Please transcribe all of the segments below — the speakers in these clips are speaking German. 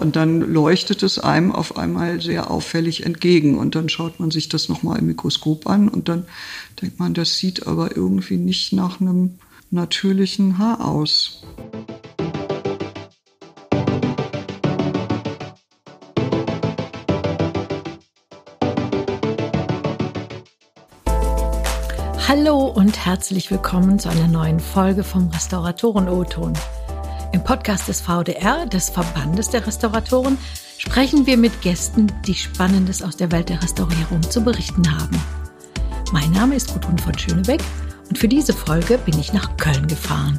Und dann leuchtet es einem auf einmal sehr auffällig entgegen. Und dann schaut man sich das nochmal im Mikroskop an und dann denkt man, das sieht aber irgendwie nicht nach einem natürlichen Haar aus. Hallo und herzlich willkommen zu einer neuen Folge vom Restauratoren-O-Ton. Im Podcast des VDR, des Verbandes der Restauratoren, sprechen wir mit Gästen, die Spannendes aus der Welt der Restaurierung zu berichten haben. Mein Name ist Gudrun von Schönebeck und für diese Folge bin ich nach Köln gefahren.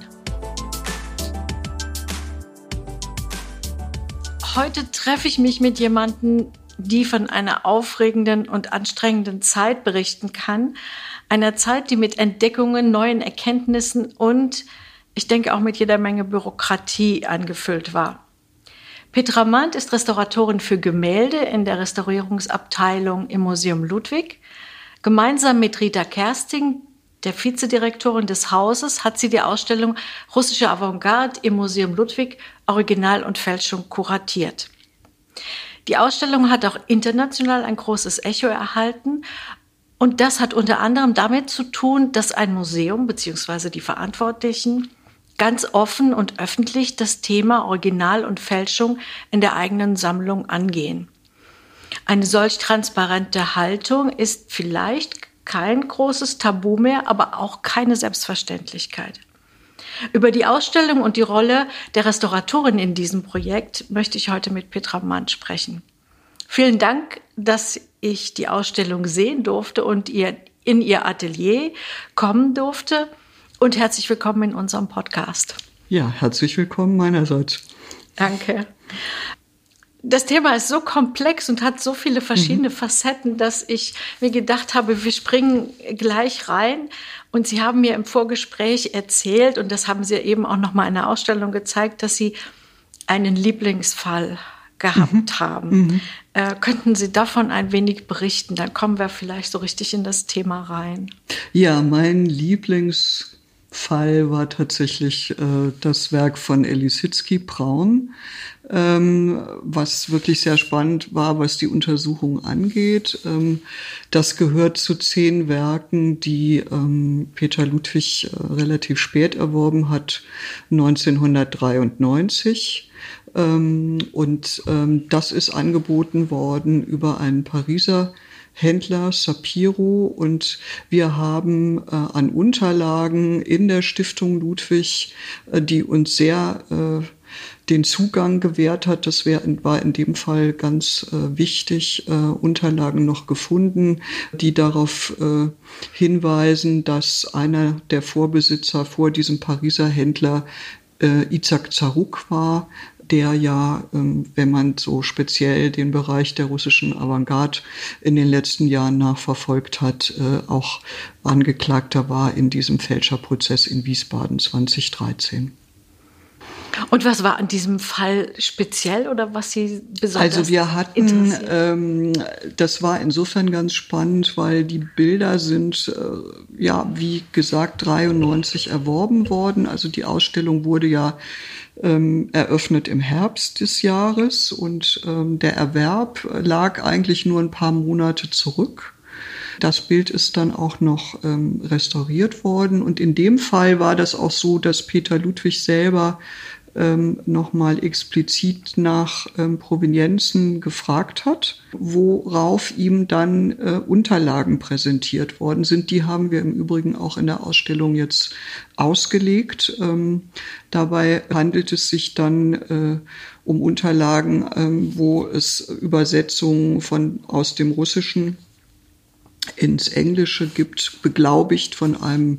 Heute treffe ich mich mit jemandem, die von einer aufregenden und anstrengenden Zeit berichten kann. Einer Zeit, die mit Entdeckungen, neuen Erkenntnissen und, ich denke, auch mit jeder Menge Bürokratie angefüllt war. Petra Mand ist Restauratorin für Gemälde in der Restaurierungsabteilung im Museum Ludwig. Gemeinsam mit Rita Kersting, der Vizedirektorin des Hauses, hat sie die Ausstellung Russische Avantgarde im Museum Ludwig, Original und Fälschung kuratiert. Die Ausstellung hat auch international ein großes Echo erhalten. Und das hat unter anderem damit zu tun, dass ein Museum bzw. die Verantwortlichen ganz offen und öffentlich das Thema Original und Fälschung in der eigenen Sammlung angehen. Eine solch transparente Haltung ist vielleicht kein großes Tabu mehr, aber auch keine Selbstverständlichkeit. Über die Ausstellung und die Rolle der Restauratorin in diesem Projekt möchte ich heute mit Petra Mand sprechen. Vielen Dank, dass ich die Ausstellung sehen durfte und in ihr Atelier kommen durfte. Und herzlich willkommen in unserem Podcast. Ja, herzlich willkommen meinerseits. Danke. Das Thema ist so komplex und hat so viele verschiedene Facetten, dass ich mir gedacht habe, wir springen gleich rein. Und Sie haben mir im Vorgespräch erzählt, und das haben Sie eben auch noch mal in der Ausstellung gezeigt, dass Sie einen Lieblingsfall gehabt haben. Könnten Sie davon ein wenig berichten? Dann kommen wir vielleicht so richtig in das Thema rein. Ja, mein Lieblingsfall war tatsächlich das Werk von Lissitzky, Braun, was wirklich sehr spannend war, was die Untersuchung angeht. Das gehört zu 10 Werken, die Peter Ludwig relativ spät erworben hat, 1993. Und das ist angeboten worden über einen Pariser Händler, Sapiro, und wir haben an Unterlagen in der Stiftung Ludwig, die uns sehr den Zugang gewährt hat, das war in dem Fall ganz wichtig, Unterlagen noch gefunden, die darauf hinweisen, dass einer der Vorbesitzer vor diesem Pariser Händler Izak Zaruk war, der ja, wenn man so speziell den Bereich der russischen Avantgarde in den letzten Jahren nachverfolgt hat, auch Angeklagter war in diesem Fälscherprozess in Wiesbaden 2013. Und was war an diesem Fall speziell oder was Sie besonders Also wir hatten, das war insofern ganz spannend, weil die Bilder sind, wie gesagt, 93 erworben worden. Also die Ausstellung wurde ja eröffnet im Herbst des Jahres und der Erwerb lag eigentlich nur ein paar Monate zurück. Das Bild ist dann auch noch restauriert worden und in dem Fall war das auch so, dass Peter Ludwig selber nochmal explizit nach Provenienzen gefragt hat, worauf ihm dann Unterlagen präsentiert worden sind. Die haben wir im Übrigen auch in der Ausstellung jetzt ausgelegt. Dabei handelt es sich dann um Unterlagen, wo es Übersetzungen aus dem Russischen ins Englische gibt, beglaubigt von einem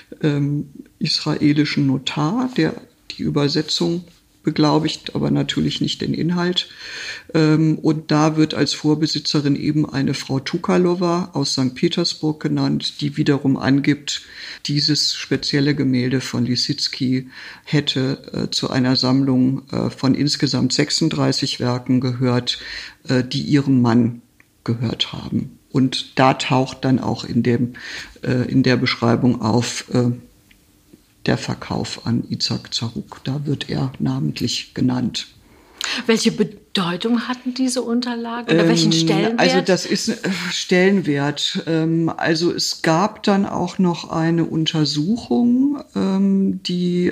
israelischen Notar, der die Übersetzung beglaubigt, aber natürlich nicht den Inhalt. Und da wird als Vorbesitzerin eben eine Frau Tukalova aus St. Petersburg genannt, die wiederum angibt, dieses spezielle Gemälde von Lissitzky hätte zu einer Sammlung von insgesamt 36 Werken gehört, die ihrem Mann gehört haben. Und da taucht dann auch in der Beschreibung auf der Verkauf an Izak Zaruk. Da wird er namentlich genannt. Welche Bedeutung Bedeutung hatten diese Unterlagen oder welchen Stellenwert? Also das ist Stellenwert. Also es gab dann auch noch eine Untersuchung, die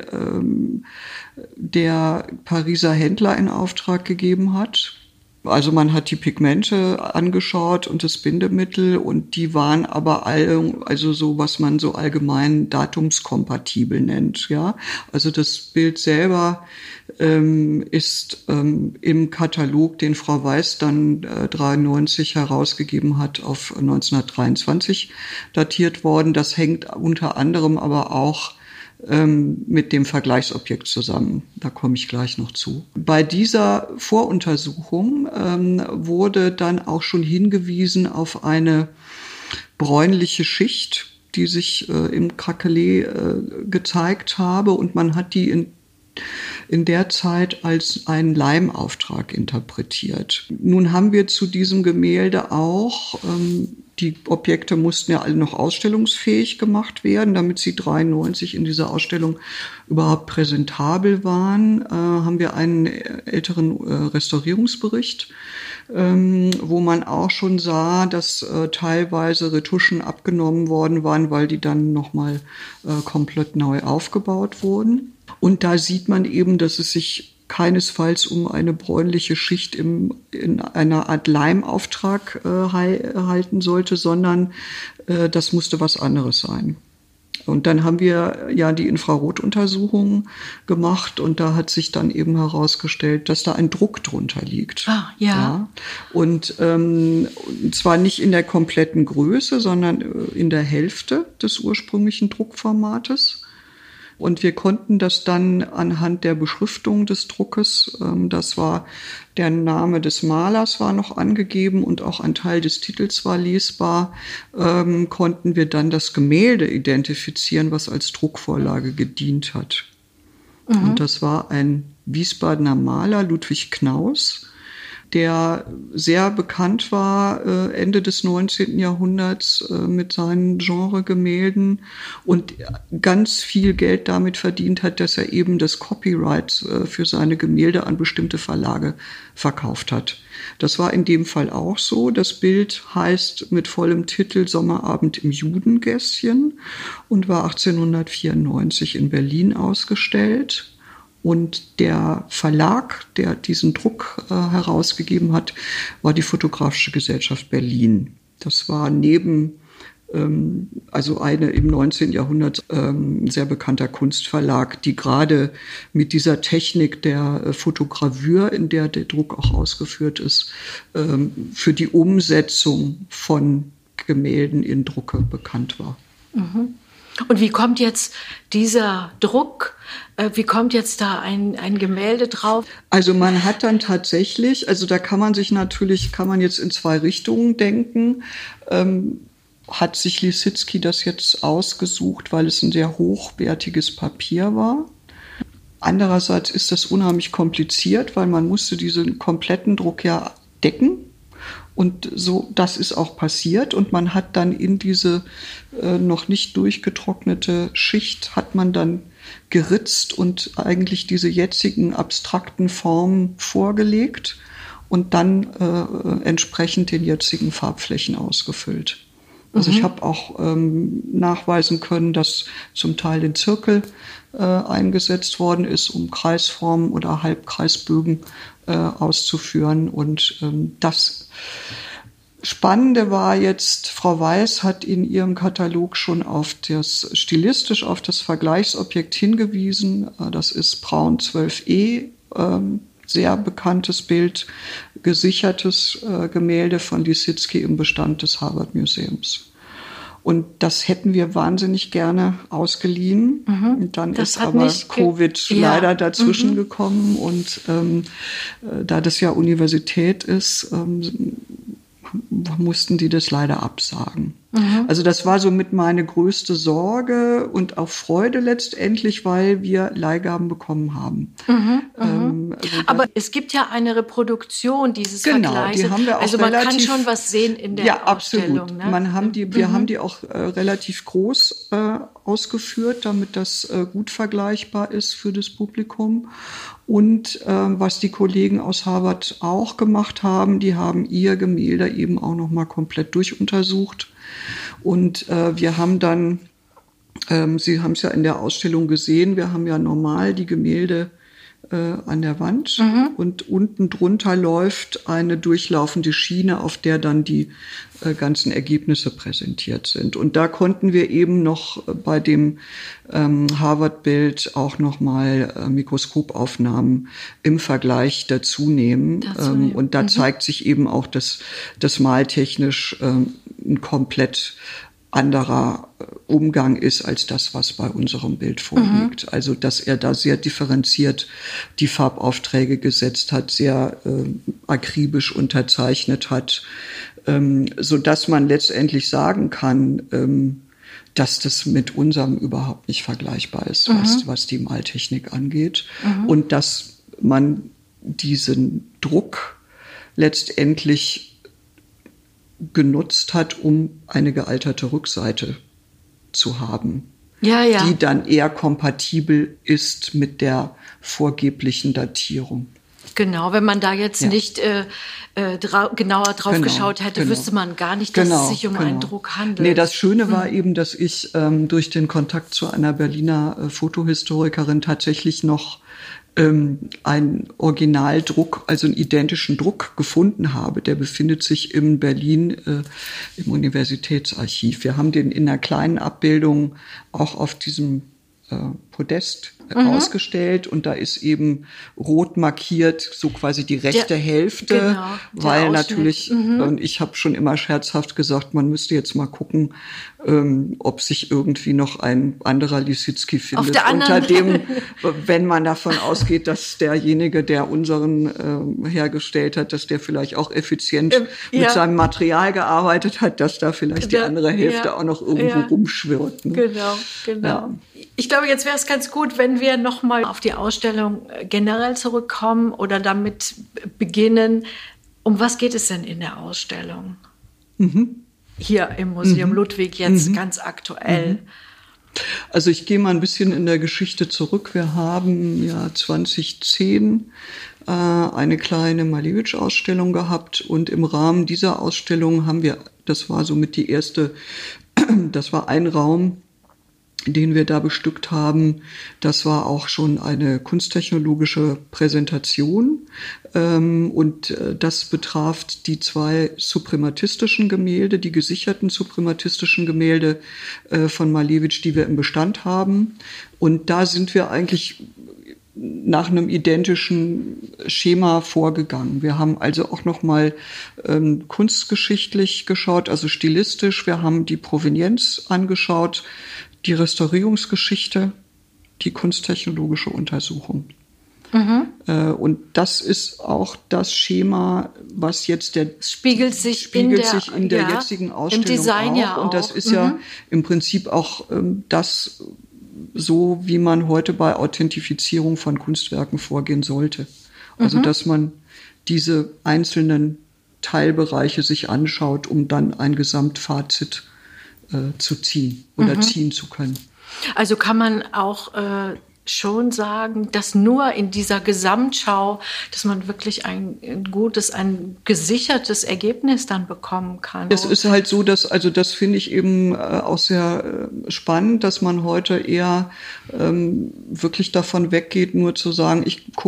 der Pariser Händler in Auftrag gegeben hat. Also man hat die Pigmente angeschaut und das Bindemittel und die waren aber alle, also so, was man so allgemein datumskompatibel nennt, ja. Also das Bild selber ist im Katalog, den Frau Weiß dann 93 herausgegeben hat, auf 1923 datiert worden. Das hängt unter anderem aber auch mit dem Vergleichsobjekt zusammen. Da komme ich gleich noch zu. Bei dieser Voruntersuchung wurde dann auch schon hingewiesen auf eine bräunliche Schicht, die sich im Krakelé gezeigt habe, und man hat die in der Zeit als einen Leimauftrag interpretiert. Nun haben wir zu diesem Gemälde auch, die Objekte mussten ja alle noch ausstellungsfähig gemacht werden, damit sie 93 in dieser Ausstellung überhaupt präsentabel waren, haben wir einen älteren Restaurierungsbericht, wo man auch schon sah, dass teilweise Retuschen abgenommen worden waren, weil die dann nochmal komplett neu aufgebaut wurden. Und da sieht man eben, dass es sich keinesfalls um eine bräunliche Schicht in einer Art Leimauftrag halten sollte, sondern das musste was anderes sein. Und dann haben wir ja die Infrarotuntersuchungen gemacht und da hat sich dann eben herausgestellt, dass da ein Druck drunter liegt. Ah, ja. Und zwar nicht in der kompletten Größe, sondern in der Hälfte des ursprünglichen Druckformates. Und wir konnten das dann anhand der Beschriftung des Druckes, das war der Name des Malers war noch angegeben und auch ein Teil des Titels war lesbar, konnten wir dann das Gemälde identifizieren, was als Druckvorlage gedient hat. Mhm. Und das war ein Wiesbadener Maler, Ludwig Knaus, der sehr bekannt war Ende des 19. Jahrhunderts mit seinen Genregemälden und ganz viel Geld damit verdient hat, dass er eben das Copyright für seine Gemälde an bestimmte Verlage verkauft hat. Das war in dem Fall auch so. Das Bild heißt mit vollem Titel Sommerabend im Judengässchen und war 1894 in Berlin ausgestellt. Und der Verlag, der diesen Druck herausgegeben hat, war die Fotografische Gesellschaft Berlin. Das war neben, also eine im 19. Jahrhundert sehr bekannter Kunstverlag, die gerade mit dieser Technik der Fotogravür, in der der Druck auch ausgeführt ist, für die Umsetzung von Gemälden in Drucke bekannt war. Mhm. Und wie kommt jetzt dieser Druck, wie kommt jetzt da ein Gemälde drauf? Also man hat dann tatsächlich, also da kann man jetzt in zwei Richtungen denken. Hat sich Lissitzky das jetzt ausgesucht, weil es ein sehr hochwertiges Papier war? Andererseits ist das unheimlich kompliziert, weil man musste diesen kompletten Druck ja decken. Und so, das ist auch passiert. Und man hat dann in diese noch nicht durchgetrocknete Schicht hat man dann geritzt und eigentlich diese jetzigen abstrakten Formen vorgelegt und dann entsprechend den jetzigen Farbflächen ausgefüllt. Also ich habe auch nachweisen können, dass zum Teil in Zirkel eingesetzt worden ist, um Kreisformen oder Halbkreisbögen auszuführen. Und das Spannende war jetzt, Frau Weiß hat in ihrem Katalog schon stilistisch auf das Vergleichsobjekt hingewiesen. Das ist Braun 12E, sehr bekanntes Bild, gesichertes Gemälde von Lissitzky im Bestand des Harvard Museums. Und das hätten wir wahnsinnig gerne ausgeliehen. Und dann ist aber Covid leider dazwischen gekommen. Und da das ja Universität ist, mussten die das leider absagen. Also das war somit meine größte Sorge und auch Freude letztendlich, weil wir Leihgaben bekommen haben. Aber es gibt ja eine Reproduktion dieses Vergleichs. Die haben wir auch also man kann schon was sehen in der Ausstellung. Absolut. Ne? Wir haben die auch relativ groß ausgeführt, damit das gut vergleichbar ist für das Publikum. Und was die Kollegen aus Harvard auch gemacht haben, die haben ihr Gemälde eben auch noch mal komplett durchuntersucht. Und wir haben dann, Sie haben es ja in der Ausstellung gesehen, wir haben ja normal die Gemälde an der Wand und unten drunter läuft eine durchlaufende Schiene, auf der dann die ganzen Ergebnisse präsentiert sind. Und da konnten wir eben noch bei dem Harvard-Bild auch nochmal Mikroskopaufnahmen im Vergleich dazu nehmen. Und da zeigt sich eben auch, dass das maltechnisch ein komplett anderer Umgang ist als das, was bei unserem Bild vorliegt. Also, dass er da sehr differenziert die Farbaufträge gesetzt hat, sehr akribisch unterzeichnet hat, so dass man letztendlich sagen kann, dass das mit unserem überhaupt nicht vergleichbar ist, was die Maltechnik angeht. Und dass man diesen Druck letztendlich genutzt hat, um eine gealterte Rückseite zu haben, die dann eher kompatibel ist mit der vorgeblichen Datierung. Genau, wenn man da jetzt nicht genauer drauf geschaut hätte, wüsste man gar nicht, dass es sich um einen Druck handelt. Nee, das Schöne war eben, dass ich durch den Kontakt zu einer Berliner Fotohistorikerin tatsächlich noch einen Originaldruck, also einen identischen Druck gefunden habe. Der befindet sich in Berlin im Universitätsarchiv. Wir haben den in einer kleinen Abbildung auch auf diesem Podest ausgestellt und da ist eben rot markiert, so quasi die rechte Hälfte, weil natürlich, und ich habe schon immer scherzhaft gesagt, man müsste jetzt mal gucken, ob sich irgendwie noch ein anderer Lissitzky findet, unter dem, wenn man davon ausgeht, dass derjenige, der unseren hergestellt hat, dass der vielleicht auch effizient mit seinem Material gearbeitet hat, dass da vielleicht die andere Hälfte auch noch irgendwo rumschwirrt. Ne? Genau. Ja. Ich glaube, jetzt wäre es ganz gut, wenn wir noch mal auf die Ausstellung generell zurückkommen oder damit beginnen. Um was geht es denn in der Ausstellung? Hier im Museum Ludwig jetzt ganz aktuell. Also ich gehe mal ein bisschen in der Geschichte zurück. Wir haben ja 2010 eine kleine Malevich-Ausstellung gehabt und im Rahmen dieser Ausstellung haben wir, das war somit die erste, das war ein Raum, den wir da bestückt haben. Das war auch schon eine kunsttechnologische Präsentation und das betraf die zwei suprematistischen Gemälde, die gesicherten suprematistischen Gemälde von Malevich, die wir im Bestand haben. Und da sind wir eigentlich nach einem identischen Schema vorgegangen. Wir haben also auch noch mal kunstgeschichtlich geschaut, also stilistisch. Wir haben die Provenienz angeschaut, die Restaurierungsgeschichte, die kunsttechnologische Untersuchung. Und das ist auch das Schema, was jetzt spiegelt sich in der jetzigen Ausstellung im Design auch. Ja auch. Und das ist ja im Prinzip auch das, so wie man heute bei Authentifizierung von Kunstwerken vorgehen sollte. Also dass man diese einzelnen Teilbereiche sich anschaut, um dann ein Gesamtfazit zu ziehen oder ziehen zu können. Also kann man auch schon sagen, dass nur in dieser Gesamtschau, dass man wirklich ein gutes, ein gesichertes Ergebnis dann bekommen kann. Es ist halt so, dass, also das finde ich eben auch sehr spannend, dass man heute eher wirklich davon weggeht, nur zu sagen,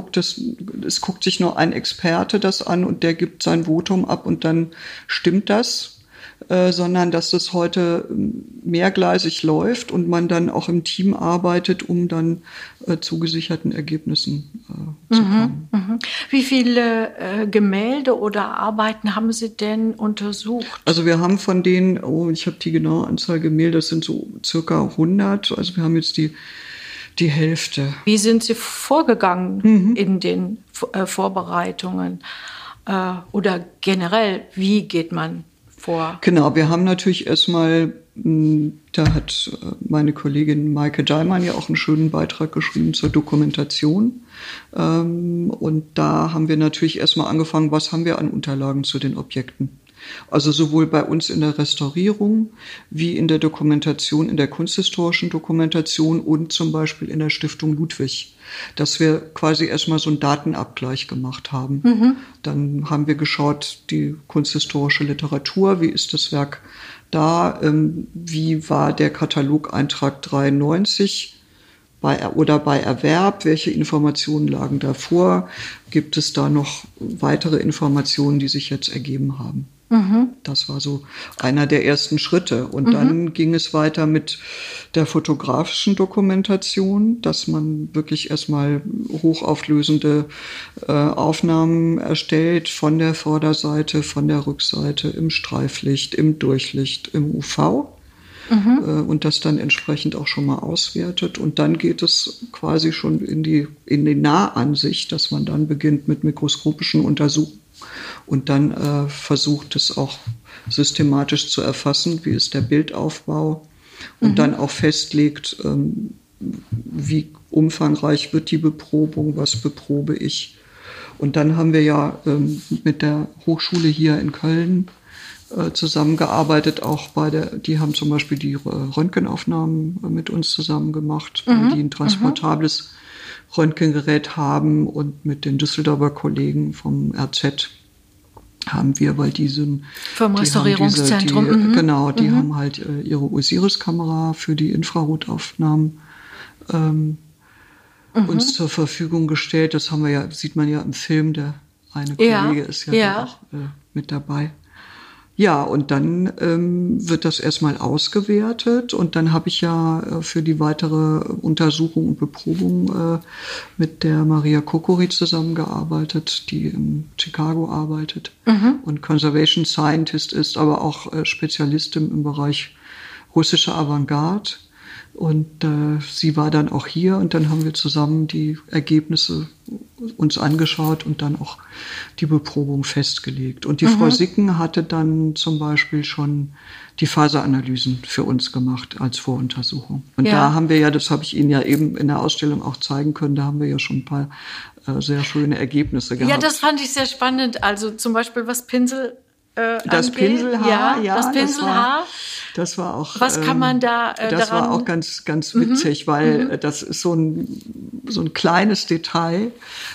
es guckt sich nur ein Experte das an und der gibt sein Votum ab und dann stimmt das. Sondern dass das heute mehrgleisig läuft und man dann auch im Team arbeitet, um dann zu gesicherten Ergebnissen zu kommen. Wie viele Gemälde oder Arbeiten haben Sie denn untersucht? Also wir haben von denen, ich habe die genaue Anzahl Gemälde, das sind so circa 100, also wir haben jetzt die Hälfte. Wie sind Sie vorgegangen in den Vorbereitungen? Oder generell, wie geht man vor? Genau, wir haben natürlich erstmal, da hat meine Kollegin Maike Daimann ja auch einen schönen Beitrag geschrieben zur Dokumentation. Und da haben wir natürlich erstmal angefangen, was haben wir an Unterlagen zu den Objekten? Also sowohl bei uns in der Restaurierung wie in der Dokumentation, in der kunsthistorischen Dokumentation und zum Beispiel in der Stiftung Ludwig, dass wir quasi erstmal so einen Datenabgleich gemacht haben. Dann haben wir geschaut, die kunsthistorische Literatur, wie ist das Werk da, wie war der Katalogeintrag 93 bei Erwerb, welche Informationen lagen davor, gibt es da noch weitere Informationen, die sich jetzt ergeben haben. Das war so einer der ersten Schritte. Und dann ging es weiter mit der fotografischen Dokumentation, dass man wirklich erstmal hochauflösende Aufnahmen erstellt von der Vorderseite, von der Rückseite, im Streiflicht, im Durchlicht, im UV. Und das dann entsprechend auch schon mal auswertet. Und dann geht es quasi schon in die Nahansicht, dass man dann beginnt mit mikroskopischen Untersuchungen und dann versucht es auch systematisch zu erfassen, wie ist der Bildaufbau und dann auch festlegt, wie umfangreich wird die Beprobung, was beprobe ich. Und dann haben wir ja mit der Hochschule hier in Köln zusammengearbeitet, auch die haben zum Beispiel die Röntgenaufnahmen mit uns zusammen gemacht, weil die ein transportables Röntgengerät haben, und mit den Düsseldorfer Kollegen vom RZ haben wir, weil vom Restaurierungszentrum. Die haben halt ihre Osiris-Kamera für die Infrarotsaufnahmen uns zur Verfügung gestellt. Das haben wir ja, sieht man ja im Film, der eine Kollege ist ja auch mit dabei. Ja, und dann wird das erstmal ausgewertet, und dann habe ich ja für die weitere Untersuchung und Beprobung mit der Maria Kokori zusammengearbeitet, die in Chicago arbeitet und Conservation Scientist ist, aber auch Spezialistin im Bereich russische Avantgarde. Und sie war dann auch hier, und dann haben wir zusammen die Ergebnisse uns angeschaut und dann auch die Beprobung festgelegt. Und die Frau Sicken hatte dann zum Beispiel schon die Faseranalysen für uns gemacht als Voruntersuchung. Und da haben wir ja, das habe ich Ihnen ja eben in der Ausstellung auch zeigen können, da haben wir ja schon ein paar sehr schöne Ergebnisse gehabt. Ja, das fand ich sehr spannend. Also zum Beispiel was Pinsel das angeht. Pinselhaar, das Pinselhaar. Das war auch. Was kann man da das daran? war auch ganz, ganz witzig, weil das ist so ein kleines Detail.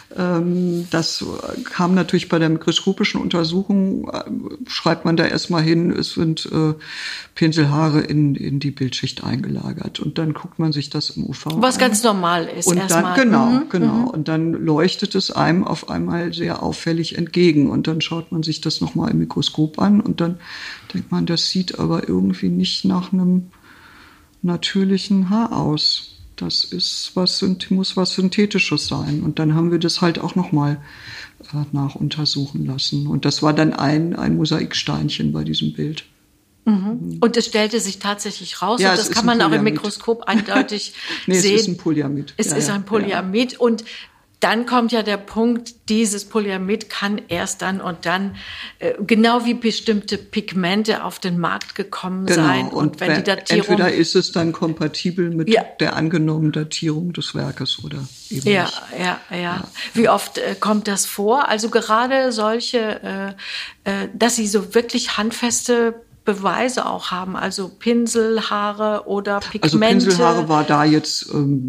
Das kam natürlich bei der mikroskopischen Untersuchung, schreibt man da erstmal hin, es sind Pinselhaare in die Bildschicht eingelagert. Und dann guckt man sich das im UV Was an. ganz normal ist Und erstmal. dann, genau. Und dann leuchtet es einem auf einmal sehr auffällig entgegen. Und dann schaut man sich das nochmal im Mikroskop an, und dann denkt man, das sieht aber irgendwie nicht nach einem natürlichen Haar aus. Das muss was Synthetisches sein. Und dann haben wir das halt auch nochmal nachuntersuchen lassen. Und das war dann ein Mosaiksteinchen bei diesem Bild. Und es stellte sich tatsächlich raus, Ja, und das kann man auch im Mikroskop eindeutig sehen. Es ist ein Polyamid. Es ist ein Polyamid, und dann kommt ja der Punkt, dieses Polyamid kann erst dann und dann, genau wie bestimmte Pigmente auf den Markt gekommen sein. Und wenn die Datierung... Entweder ist es dann kompatibel mit der angenommenen Datierung des Werkes oder eben nicht. Ja. Wie oft kommt das vor? Also gerade solche, dass Sie so wirklich handfeste Beweise auch haben, also Pinselhaare oder Pigmente. Also Pinselhaare war da jetzt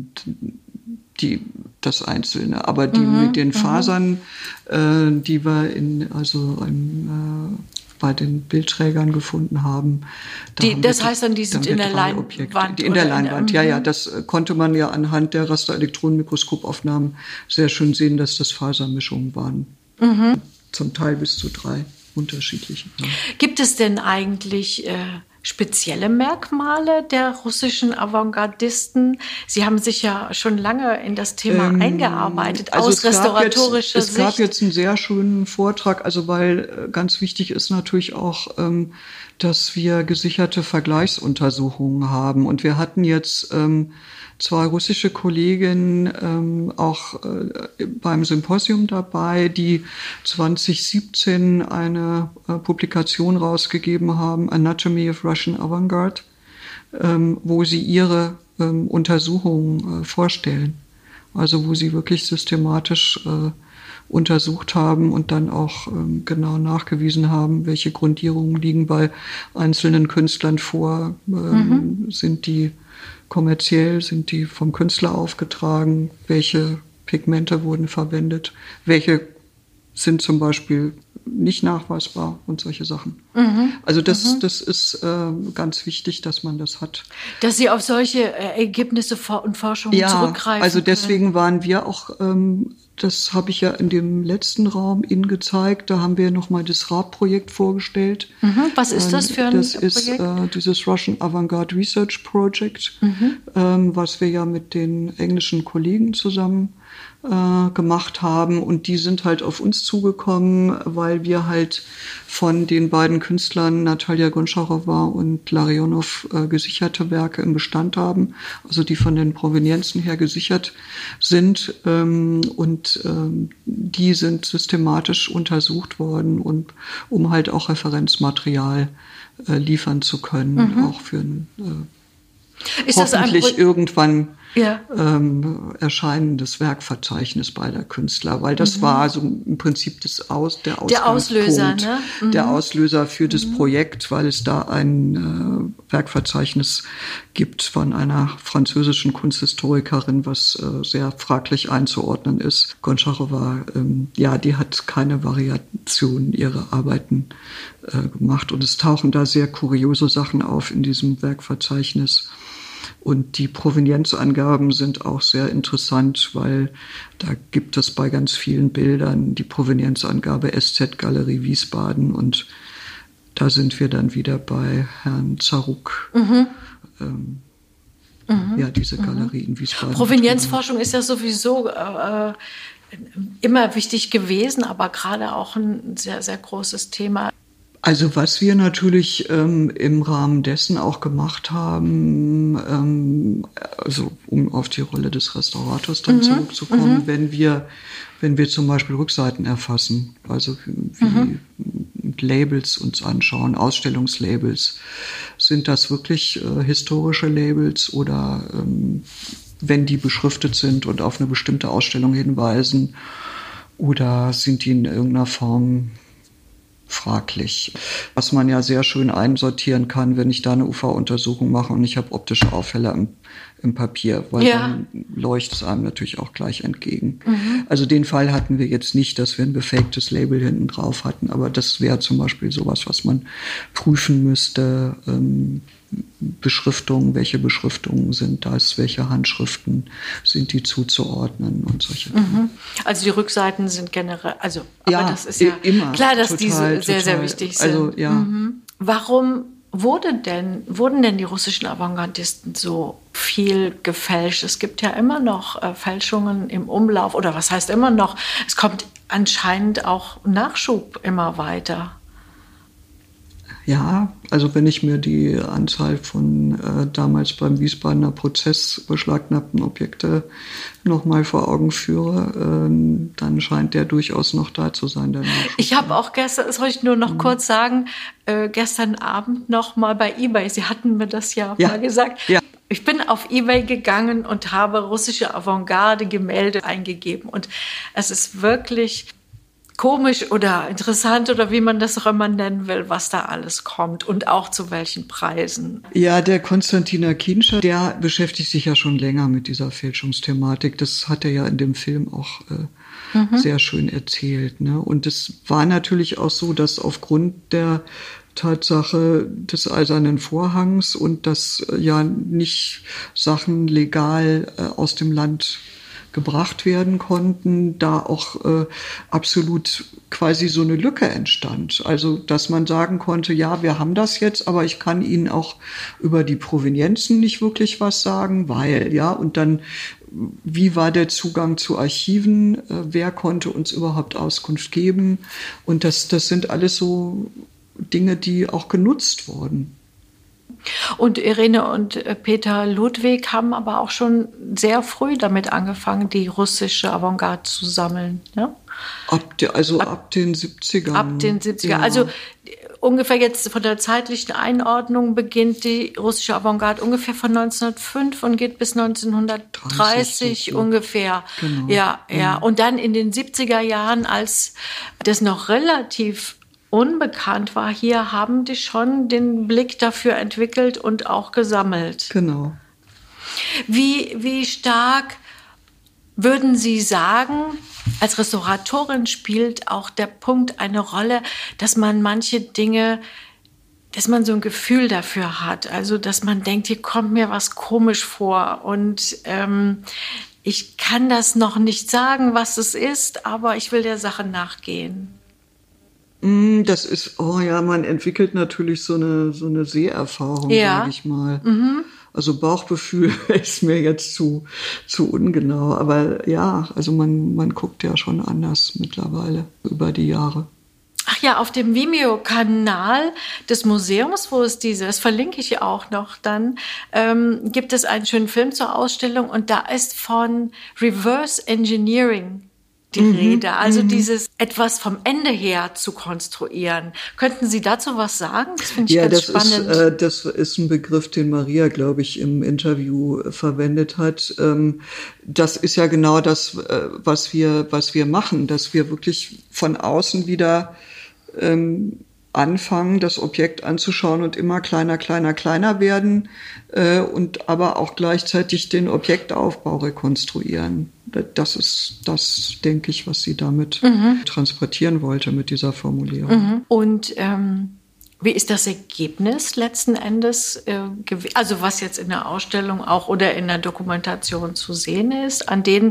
das Einzelne, aber die mit den Fasern, die wir bei den Bildträgern gefunden haben. Das heißt dann, die sind in der Leinwand? In der Leinwand, ja. Das konnte man ja anhand der Rasterelektronenmikroskopaufnahmen sehr schön sehen, dass das Fasermischungen waren. Zum Teil bis zu 3 unterschiedliche. Gibt es denn eigentlich spezielle Merkmale der russischen Avantgardisten? Sie haben sich ja schon lange in das Thema eingearbeitet, also aus restauratorischer Sicht. Es gab jetzt einen sehr schönen Vortrag, also weil ganz wichtig ist natürlich auch, dass wir gesicherte Vergleichsuntersuchungen haben. Und wir hatten jetzt zwei russische Kolleginnen auch beim Symposium dabei, die 2017 eine Publikation rausgegeben haben, Anatomy of Russian Avantgarde, wo sie ihre Untersuchungen vorstellen. Also wo sie wirklich systematisch untersucht haben und dann auch genau nachgewiesen haben, welche Grundierungen liegen bei einzelnen Künstlern vor, sind die kommerziell, sind die vom Künstler aufgetragen, welche Pigmente wurden verwendet, welche sind zum Beispiel nicht nachweisbar und solche Sachen. Also das ist ganz wichtig, dass man das hat. Dass Sie auf solche Ergebnisse und Forschungen zurückgreifen. Also deswegen waren wir auch, das habe ich ja in dem letzten Raum Ihnen gezeigt, da haben wir nochmal das RAP-Projekt vorgestellt. Was ist das für ein Projekt? Das ist dieses Russian Avantgarde Research Project, was wir ja mit den englischen Kollegen zusammen gemacht haben, und die sind halt auf uns zugekommen, weil wir halt von den beiden Künstlern Natalia Goncharowa und Larionov gesicherte Werke im Bestand haben, also die von den Provenienzen her gesichert sind, und die sind systematisch untersucht worden, und um halt auch Referenzmaterial liefern zu können, auch für ein hoffentlich irgendwann erscheinendes Werkverzeichnis beider Künstler, weil das war so im Prinzip der Auslöser, ne? Der Auslöser für das Projekt, weil es da ein Werkverzeichnis gibt von einer französischen Kunsthistorikerin, was sehr fraglich einzuordnen ist. Goncharowa, die hat keine Variation ihrer Arbeiten gemacht, und es tauchen da sehr kuriose Sachen auf in diesem Werkverzeichnis. Und die Provenienzangaben sind auch sehr interessant, weil da gibt es bei ganz vielen Bildern die Provenienzangabe SZ Galerie Wiesbaden, und da sind wir dann wieder bei Herrn Zaruk. Diese Galerie in Wiesbaden. Provenienzforschung ist ja sowieso immer wichtig gewesen, aber gerade auch ein sehr, sehr großes Thema. Also was wir natürlich im Rahmen dessen auch gemacht haben, also um auf die Rolle des Restaurators dann zurückzukommen, wenn wir zum Beispiel Rückseiten erfassen, also wie Labels uns anschauen, Ausstellungslabels, sind das wirklich historische Labels, oder wenn die beschriftet sind und auf eine bestimmte Ausstellung hinweisen, oder sind die in irgendeiner Form fraglich. Was man ja sehr schön einsortieren kann, wenn ich da eine UV-Untersuchung mache und ich habe optische Auffälle im Papier, weil dann leuchtet es einem natürlich auch gleich entgegen. Also den Fall hatten wir jetzt nicht, dass wir ein gefaktes Label hinten drauf hatten, aber das wäre zum Beispiel sowas, was man prüfen müsste. Beschriftungen, welche Beschriftungen sind das, welche Handschriften sind die zuzuordnen und solche Dinge. Also die Rückseiten sind generell, aber das ist ja immer klar, dass die sehr, sehr wichtig sind. Also, Warum wurden denn die russischen Avantgardisten so viel gefälscht? Es gibt ja immer noch Fälschungen im Umlauf, oder was heißt immer noch? Es kommt anscheinend auch Nachschub immer weiter. Ja, also wenn ich mir die Anzahl von damals beim Wiesbadener Prozess beschlagnahmten Objekte nochmal vor Augen führe, dann scheint der durchaus noch da zu sein. Ich habe auch gestern, das wollte ich nur noch kurz sagen, gestern Abend noch mal bei eBay, Sie hatten mir das ja mal gesagt. Ja. Ich bin auf eBay gegangen und habe russische Avantgarde-Gemälde eingegeben, und es ist wirklich komisch oder interessant oder wie man das auch immer nennen will, was da alles kommt und auch zu welchen Preisen. Ja, der Konstantin Akinscher, der beschäftigt sich ja schon länger mit dieser Fälschungsthematik. Das hat er ja in dem Film auch sehr schön erzählt, ne? Und es war natürlich auch so, dass aufgrund der Tatsache des Eisernen Vorhangs und dass ja nicht Sachen legal aus dem Land gebracht werden konnten, da auch absolut quasi so eine Lücke entstand. Also, dass man sagen konnte, ja, wir haben das jetzt, aber ich kann Ihnen auch über die Provenienzen nicht wirklich was sagen, weil, ja, und dann, wie war der Zugang zu Archiven? Wer konnte uns überhaupt Auskunft geben? Und das sind alles so Dinge, die auch genutzt wurden. Und Irene und Peter Ludwig haben aber auch schon sehr früh damit angefangen, die russische Avantgarde zu sammeln. Ja? Ab den 70ern. Ab den 70ern. Ja. Also ungefähr jetzt von der zeitlichen Einordnung beginnt die russische Avantgarde ungefähr von 1905 und geht bis 1930 so ungefähr. Genau. Ja. Und dann in den 70er Jahren, als das noch relativ unbekannt war, hier haben die schon den Blick dafür entwickelt und auch gesammelt. Genau. Wie stark würden Sie sagen, als Restauratorin spielt auch der Punkt eine Rolle, dass man manche Dinge, dass man so ein Gefühl dafür hat, also dass man denkt, hier kommt mir was komisch vor und ich kann das noch nicht sagen, was es ist, aber ich will der Sache nachgehen. Das ist, man entwickelt natürlich so eine Seherfahrung, sage ich mal. Mhm. Also Bauchgefühl ist mir jetzt zu ungenau. Aber ja, also man guckt ja schon anders mittlerweile über die Jahre. Ach ja, auf dem Vimeo-Kanal des Museums, wo es das verlinke ich auch noch dann, gibt es einen schönen Film zur Ausstellung und da ist von Reverse Engineering die Rede, also dieses etwas vom Ende her zu konstruieren. Könnten Sie dazu was sagen? Das finde ich ganz spannend. Das ist ein Begriff, den Maria, glaube ich, im Interview verwendet hat. Das ist ja genau das, was wir machen, dass wir wirklich von außen wieder anfangen, das Objekt anzuschauen und immer kleiner werden und aber auch gleichzeitig den Objektaufbau rekonstruieren. Das ist das, denke ich, was sie damit transportieren wollte mit dieser Formulierung. Und wie ist das Ergebnis letzten Endes, also was jetzt in der Ausstellung auch oder in der Dokumentation zu sehen ist,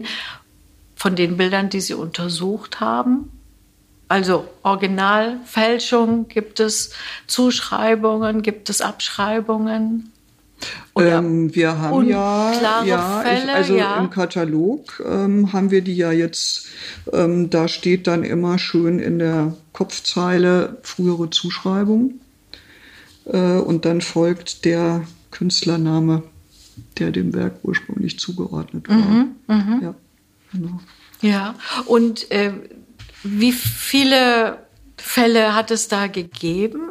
von den Bildern, die Sie untersucht haben? Also Originalfälschung, gibt es Zuschreibungen, gibt es Abschreibungen? Wir haben Fälle, im Katalog haben wir die ja jetzt, da steht dann immer schön in der Kopfzeile frühere Zuschreibung und dann folgt der Künstlername, der dem Werk ursprünglich zugeordnet war. Ja, genau. Ja, und wie viele Fälle hat es da gegeben?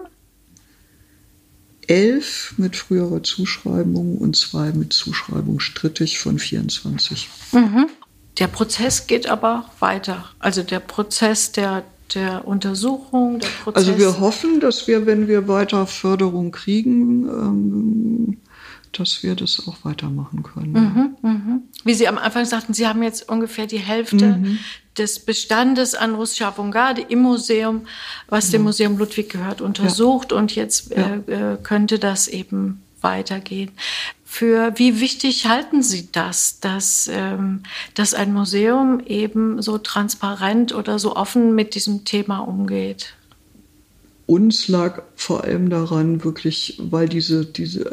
11 mit früherer Zuschreibung und 2 mit Zuschreibung strittig von 24. Der Prozess geht aber weiter. Also der Prozess der Untersuchung, der Prozess. Also wir hoffen, dass wir, wenn wir weiter Förderung kriegen, dass wir das auch weitermachen können. Wie Sie am Anfang sagten, Sie haben jetzt ungefähr die Hälfte des Bestandes an russischer Avantgarde im Museum, was dem Museum Ludwig gehört, untersucht. Und jetzt könnte das eben weitergehen. Für wie wichtig halten Sie das, dass ein Museum eben so transparent oder so offen mit diesem Thema umgeht? Uns lag vor allem daran, wirklich, weil diese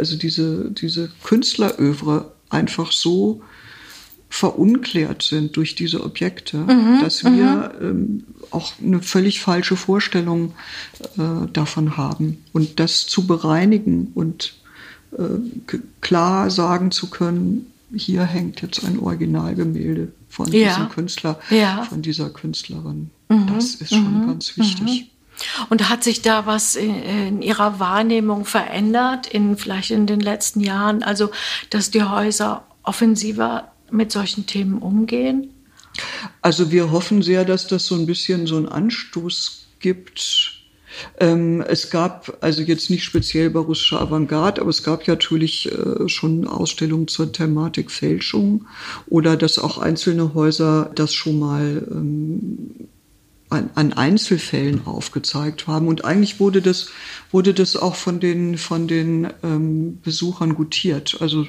Künstlerövre einfach so verunklärt sind durch diese Objekte, dass wir auch eine völlig falsche Vorstellung davon haben. Und das zu bereinigen und klar sagen zu können, hier hängt jetzt ein Originalgemälde von diesem Künstler, von dieser Künstlerin. Das ist schon ganz wichtig. Und hat sich da was in Ihrer Wahrnehmung verändert, vielleicht in den letzten Jahren? Also, dass die Häuser offensiver mit solchen Themen umgehen? Also wir hoffen sehr, dass das so ein bisschen so einen Anstoß gibt. Es gab, also jetzt nicht speziell bei russischer Avantgarde, aber es gab ja natürlich schon Ausstellungen zur Thematik Fälschung oder dass auch einzelne Häuser das schon mal an Einzelfällen aufgezeigt haben. Und eigentlich wurde das auch von den Besuchern gutiert. Also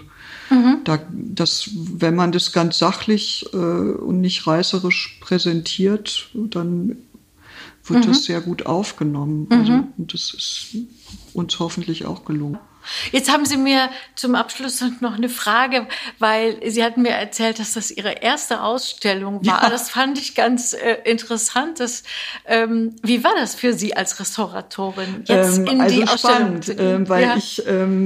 wenn man das ganz sachlich und nicht reißerisch präsentiert, dann wird das sehr gut aufgenommen. Also, und das ist uns hoffentlich auch gelungen. Jetzt haben Sie mir zum Abschluss noch eine Frage, weil Sie hatten mir erzählt, dass das Ihre erste Ausstellung war. Ja. Das fand ich ganz interessant. Wie war das für Sie als Restauratorin, jetzt in die Ausstellung zu gehen? Weil ich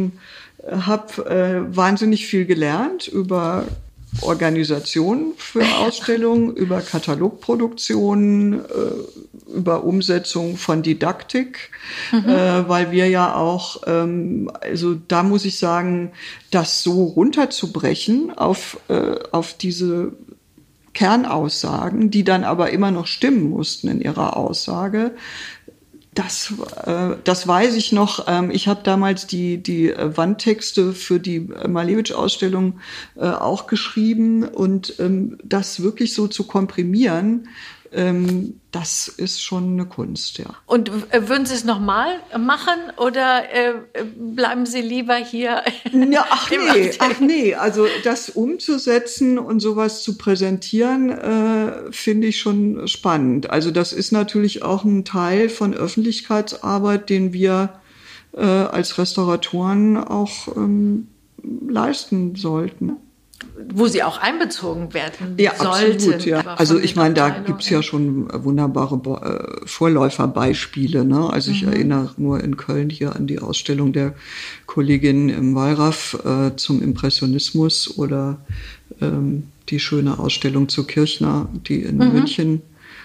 habe wahnsinnig viel gelernt über Organisation für Ausstellungen, über Katalogproduktion, über Umsetzung von Didaktik, weil wir ja auch, also da muss ich sagen, das so runterzubrechen auf diese Kernaussagen, die dann aber immer noch stimmen mussten in ihrer Aussage. Das weiß ich noch. Ich habe damals die Wandtexte für die Malevich-Ausstellung auch geschrieben und das wirklich so zu komprimieren, das ist schon eine Kunst, ja. Und würden Sie es nochmal machen oder bleiben Sie lieber hier? Ja, ach nee. Also das umzusetzen und sowas zu präsentieren, finde ich schon spannend. Also das ist natürlich auch ein Teil von Öffentlichkeitsarbeit, den wir als Restauratoren auch leisten sollten. Wo sie auch einbezogen werden ja, sollten. Absolut, ja. Also ich meine, da gibt's ja schon wunderbare Vorläuferbeispiele. Ne? Also ich erinnere nur in Köln hier an die Ausstellung der Kollegin im Wallraff zum Impressionismus oder die schöne Ausstellung zu Kirchner, die in München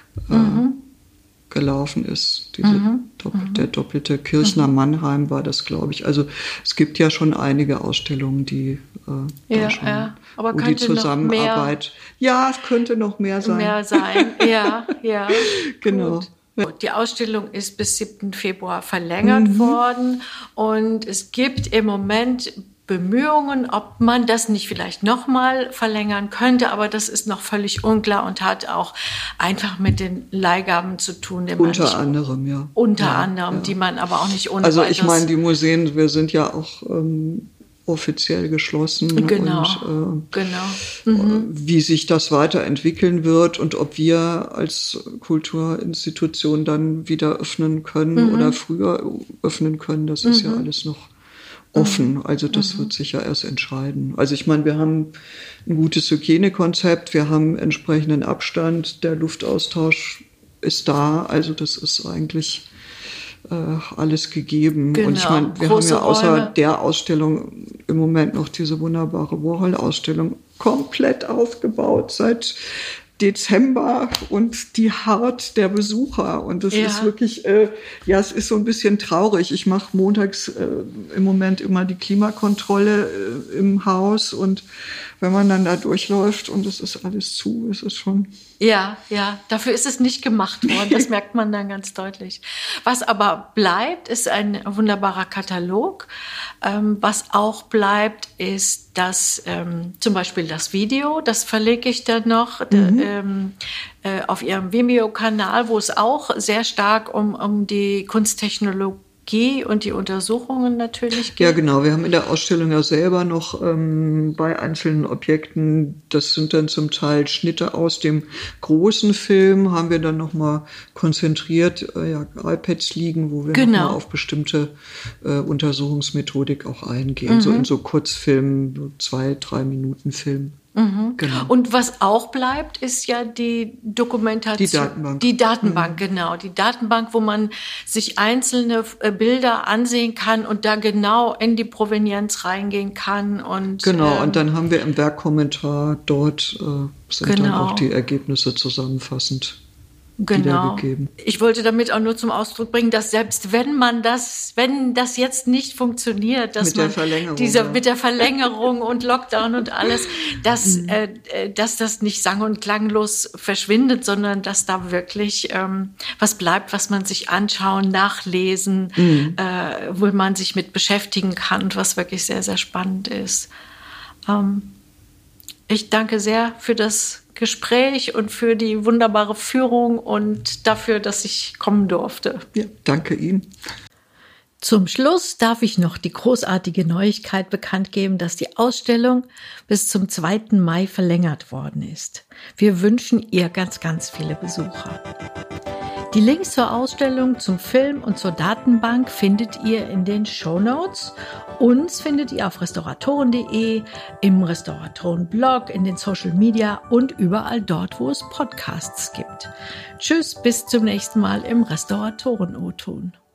gelaufen ist. Der doppelte Kirchner Mannheim war das, glaube ich. Also es gibt ja schon einige Ausstellungen, die aber wo die Zusammenarbeit. Ja, es könnte noch mehr sein. Ja. Genau. Gut. Die Ausstellung ist bis 7. Februar verlängert worden und es gibt im Moment Bemühungen, ob man das nicht vielleicht nochmal verlängern könnte, aber das ist noch völlig unklar und hat auch einfach mit den Leihgaben zu tun. Unter anderem, die man aber auch nicht ohne Also ich meine, die Museen, wir sind ja auch offiziell geschlossen. Genau. Wie sich das weiterentwickeln wird und ob wir als Kulturinstitution dann wieder öffnen können oder früher öffnen können, das ist ja alles noch offen. Also das wird sich ja erst entscheiden. Also ich meine, wir haben ein gutes Hygienekonzept, wir haben entsprechenden Abstand, der Luftaustausch ist da, also das ist eigentlich alles gegeben. Genau. Und ich meine, wir haben ja außer der Ausstellung im Moment noch diese wunderbare Warhol-Ausstellung komplett aufgebaut seit Dezember und die Hart der Besucher. Und das ist wirklich, es ist so ein bisschen traurig. Ich mache montags im Moment immer die Klimakontrolle im Haus und wenn man dann da durchläuft und es ist alles zu, ist es schon... Ja, dafür ist es nicht gemacht worden. Das merkt man dann ganz deutlich. Was aber bleibt, ist ein wunderbarer Katalog. Was auch bleibt, ist das, zum Beispiel das Video. Das verlege ich dann noch auf Ihrem Vimeo-Kanal, wo es auch sehr stark um die Kunsttechnologie und die Untersuchungen natürlich geht. Ja, genau. Wir haben in der Ausstellung ja selber noch bei einzelnen Objekten, das sind dann zum Teil Schnitte aus dem großen Film, haben wir dann nochmal konzentriert iPads liegen, wo wir nochmal auf bestimmte Untersuchungsmethodik auch eingehen. So in so Kurzfilmen, 2-3 Minuten Film. Genau. Und was auch bleibt, ist ja die Dokumentation. Die Datenbank, genau. Die Datenbank, wo man sich einzelne Bilder ansehen kann und da genau in die Provenienz reingehen kann. Und, und dann haben wir im Werkkommentar dort sind dann auch die Ergebnisse zusammenfassend wiedergegeben. Ich wollte damit auch nur zum Ausdruck bringen, dass selbst wenn das jetzt nicht funktioniert, dass mit der Verlängerung und Lockdown und alles, dass das nicht sang- und klanglos verschwindet, sondern dass da wirklich was bleibt, was man sich anschauen, nachlesen, wo man sich mit beschäftigen kann und was wirklich sehr, sehr spannend ist. Ich danke sehr für das Gespräch und für die wunderbare Führung und dafür, dass ich kommen durfte. Ja, danke Ihnen. Zum Schluss darf ich noch die großartige Neuigkeit bekannt geben, dass die Ausstellung bis zum 2. Mai verlängert worden ist. Wir wünschen ihr ganz, ganz viele Besucher. Die Links zur Ausstellung, zum Film und zur Datenbank findet ihr in den Shownotes. Uns findet ihr auf restauratoren.de, im Restauratoren-Blog, in den Social Media und überall dort, wo es Podcasts gibt. Tschüss, bis zum nächsten Mal im Restauratoren-O-Ton.